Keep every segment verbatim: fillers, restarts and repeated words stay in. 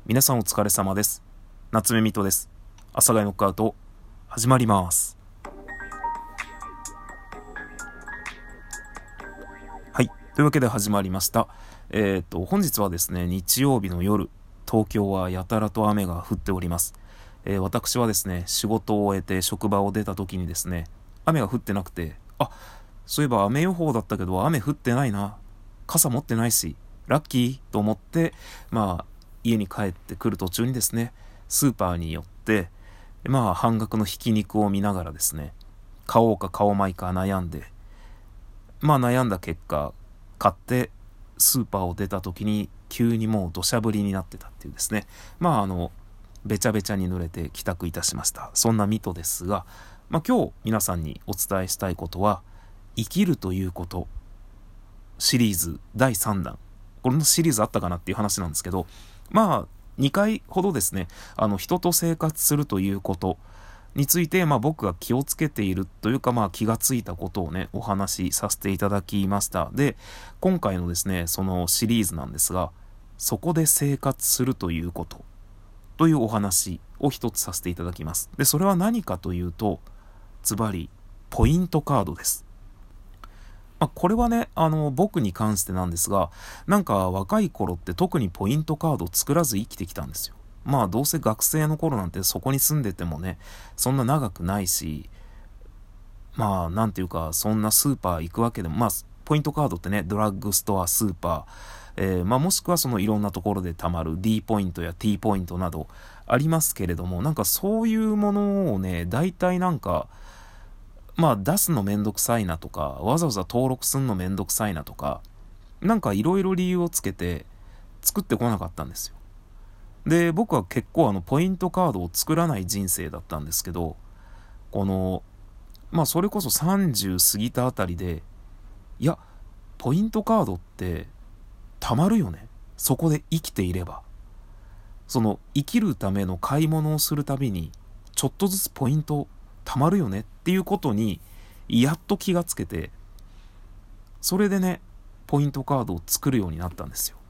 皆さんお疲れ様です。夏目みとです。阿佐ヶ谷ノックアウト始まります。はい、というわけで始まりました。えっと本日はですね、日曜日の夜、東京はやたらと雨が降っております。えー私はですね、仕事を終えて職場を出た時にですね、雨が降ってなくて、あ、そういえば雨予報だったけど雨降ってないな、傘持ってないしラッキーと思って、まあ家に帰ってくる途中にですね、スーパーに寄って、まあ半額のひき肉を見ながらですね、買おうか買おうまいか悩んで、まあ悩んだ結果買ってスーパーを出た時に急にもう土砂降りになってたっていうですね、まああのべちゃべちゃに濡れて帰宅いたしました。そんなミトですが、まあ、今日皆さんにお伝えしたいことは、生きるということシリーズだいさんだん、これのシリーズあったかなっていう話なんですけど、まあにかいほどですね、あの人と生活するということについて、まあ、僕が気をつけているというか、まあ、気がついたことをねお話しさせていただきました。で、今回のですねそのシリーズなんですが、そこで生活するということというお話を一つさせていただきます。で、それは何かというと、ズバリポイントカードです。まあ、これはね、あの僕に関してなんですが、なんか若い頃って特にポイントカードを作らず生きてきたんですよ。まあどうせ学生の頃なんてそこに住んでてもね、そんな長くないし、まあなんていうか、そんなスーパー行くわけでも、まあポイントカードってね、ドラッグストア、スーパー、えーまあ、もしくはそのいろんなところで貯まる D ポイントや T ポイントなどありますけれども、なんかそういうものをね、大体なんかまあ出すのめんどくさいなとか、わざわざ登録するのめんどくさいなとか、なんかいろいろ理由をつけて作ってこなかったんですよ。で、僕は結構あのポイントカードを作らない人生だったんですけど、このまあそれこそさんじゅう過ぎたあたりで、いやポイントカードってたまるよね、そこで生きていれば。その生きるための買い物をするたびにちょっとずつポイントたまるよねっていうことにやっと気がつけて、それでねポイントカードを作るようになったんですよ。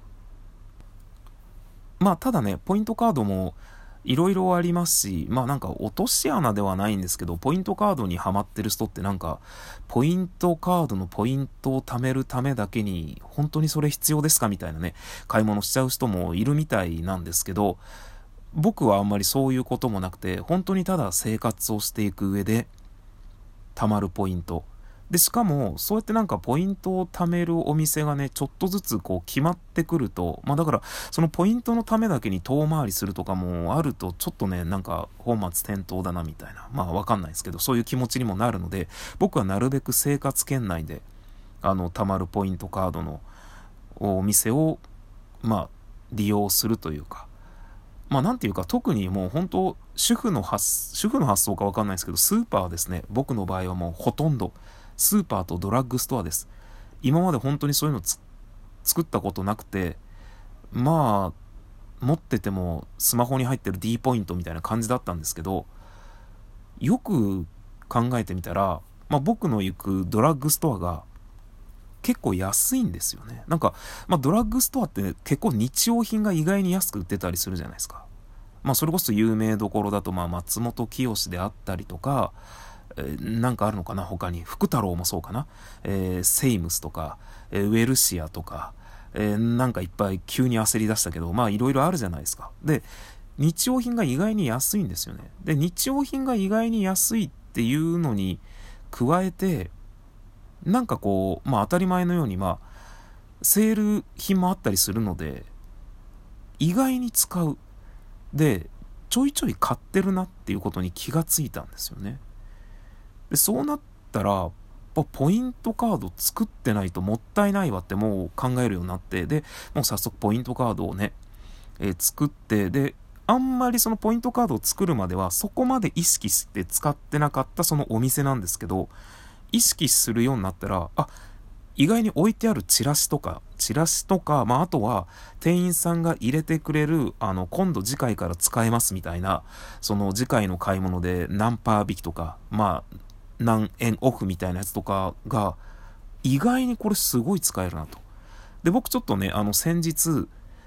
まあただね、ポイントカードもいろいろありますし、まあなんか落とし穴ではないんですけど、ポイントカードにハマってる人ってなんかポイントカードのポイントを貯めるためだけに本当にそれ必要ですかみたいなね、買い物しちゃう人もいるみたいなんですけど、僕はあんまりそういうこともなくて、本当にただ生活をしていく上で貯まるポイントで、しかもそうやってなんかポイントを貯めるお店がねちょっとずつこう決まってくると、まあだからそのポイントのためだけに遠回りするとかもあると、ちょっとねなんか本末転倒だなみたいな、まあわかんないですけど、そういう気持ちにもなるので、僕はなるべく生活圏内であの貯まるポイントカードのお店をまあ利用するというか、まあなんていうか、特にもう本当主婦の発主婦の発想かわかんないですけど、スーパーはですね、僕の場合はもうほとんどスーパーとドラッグストアです。今まで本当にそういうのつ作ったことなくて、まあ持っててもスマホに入ってる D ポイントみたいな感じだったんですけど、よく考えてみたら、まあ僕の行くドラッグストアが結構安いんですよね。なんか、まあ、ドラッグストアって、ね、結構日用品が意外に安く売ってたりするじゃないですか。まあそれこそ有名どころだと、まあ松本清であったりとか、えーなんかあるのかな他に、福太郎もそうかな、えーセイムスとか、えーウェルシアとか、えーなんかいっぱい急に焦り出したけど、まあいろいろあるじゃないですか。で、日用品が意外に安いんですよね。で、日用品が意外に安いっていうのに加えて、なんかこう、まあ当たり前のように、まあ、セール品もあったりするので、意外に使う。で、ちょいちょい買ってるなっていうことに気がついたんですよね。で、そうなったら、ポイントカード作ってないともったいないわってもう考えるようになって、で、もう早速ポイントカードをね、えー作って、で、あんまりそのポイントカードを作るまではそこまで意識して使ってなかったそのお店なんですけど、意識するようになったら、あ、意外に置いてあるチラシとか、チラシとか、まああとは店員さんが入れてくれる、あの、今度次回から使えますみたいな、その次回の買い物で何パー引きとか、まあ、何円オフみたいなやつとかが、意外にこれすごい使えるなと。で、僕ちょっとね、あの、先日、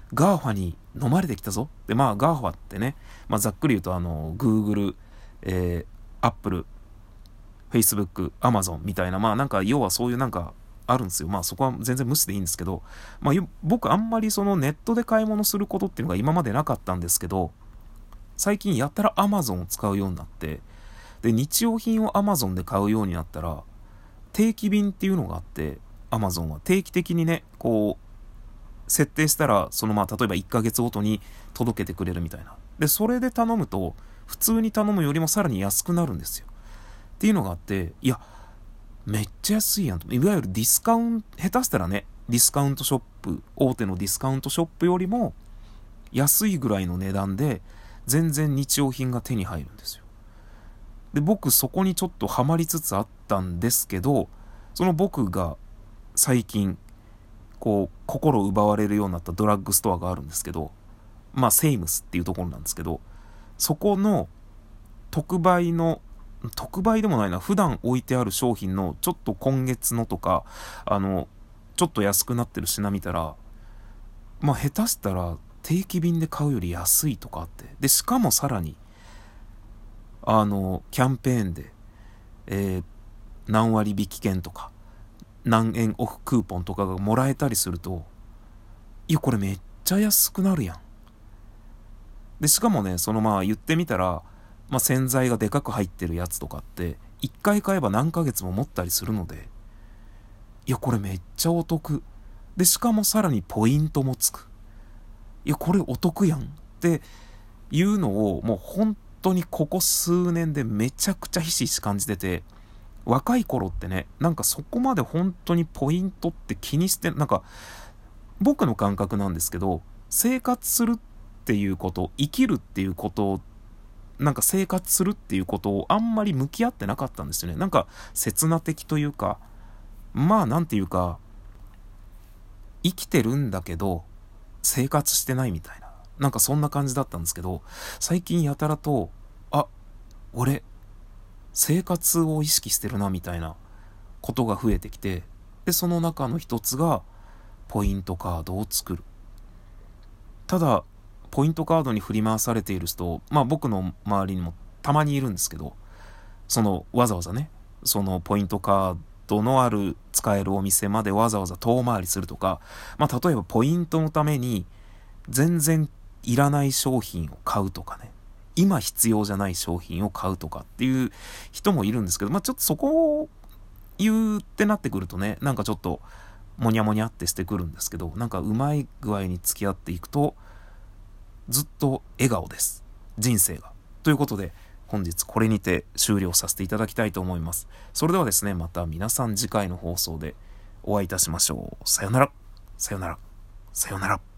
ガーファに飲まれてきたぞ。で、まあ、ガーファってね、まあ、ざっくり言うと、あの、Google、えー、Apple、Facebook、Amazon みたいな、まあ、なんか、要はそういうなんか、あるんですよ。まあ、そこは全然無視でいいんですけど、まあ、僕あんまりそのネットで買い物することっていうのが今までなかったんですけど、最近やったら Amazon を使うようになって、で、日用品を Amazon で買うようになったら、定期便っていうのがあって、Amazon は定期的にね、こう、設定したら、そのまあ、例えばいっかげつごとに届けてくれるみたいな。で、それで頼むと、普通に頼むよりもさらに安くなるんですよ。っていうのがあって、いや、めっちゃ安いやんと。いわゆるディスカウント、下手したらね、ディスカウントショップ、大手のディスカウントショップよりも、安いぐらいの値段で、全然日用品が手に入るんですよ。で、僕そこにちょっとハマりつつあったんですけど、その僕が最近、こう、心奪われるようになったドラッグストアがあるんですけど、まあ、セイムスっていうところなんですけど、そこの特売の、特売でもないな、普段置いてある商品のちょっと今月のとか、あの、ちょっと安くなってる品見たら、まあ、下手したら定期便で買うより安いとかあって、で、しかもさらに、あの、キャンペーンで、えー、何割引き券とか、何円オフクーポンとかがもらえたりすると、いや、これめっちゃ安くなるやん。で、しかもね、そのまあ言ってみたら、まあ洗剤がでかく入ってるやつとかって、一回買えば何ヶ月も持ったりするので、いや、これめっちゃお得。で、しかもさらにポイントもつく。いや、これお得やんっていうのを、もう本当にここ数年でめちゃくちゃひしひし感じてて、若い頃ってね、なんかそこまで本当にポイントって気にして、なんか僕の感覚なんですけど、生活するっていうこと、生きるっていうことを、なんか生活するっていうことをあんまり向き合ってなかったんですよね。なんか刹那的というか、まあなんていうか、生きてるんだけど生活してないみたいな、なんかそんな感じだったんですけど、最近やたらと、あ、俺生活を意識してるなみたいなことが増えてきて、でその中の一つがポイントカードを作る。ただポイントカードに振り回されている人、まあ僕の周りにもたまにいるんですけど、そのわざわざね、そのポイントカードのある使えるお店までわざわざ遠回りするとか、まあ例えばポイントのために全然いらない商品を買うとかね、今必要じゃない商品を買うとかっていう人もいるんですけど、まあちょっとそこを言うってなってくるとね、なんかちょっとモニャモニャってしてくるんですけど、なんかうまい具合に付き合っていくとずっと笑顔です、人生が。ということで本日これにて終了させていただきたいと思います。それではですね、また皆さん次回の放送でお会いいたしましょう。さよなら、さよなら、さよなら。